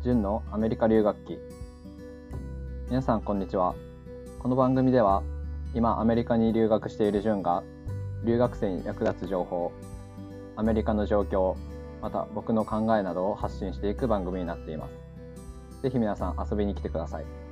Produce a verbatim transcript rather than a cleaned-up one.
純のアメリカ留学記。皆さんこんにちは。この番組では今アメリカに留学している純が留学生に役立つ情報、アメリカの状況、また僕の考えなどを発信していく番組になっています。ぜひ皆さん遊びに来てください。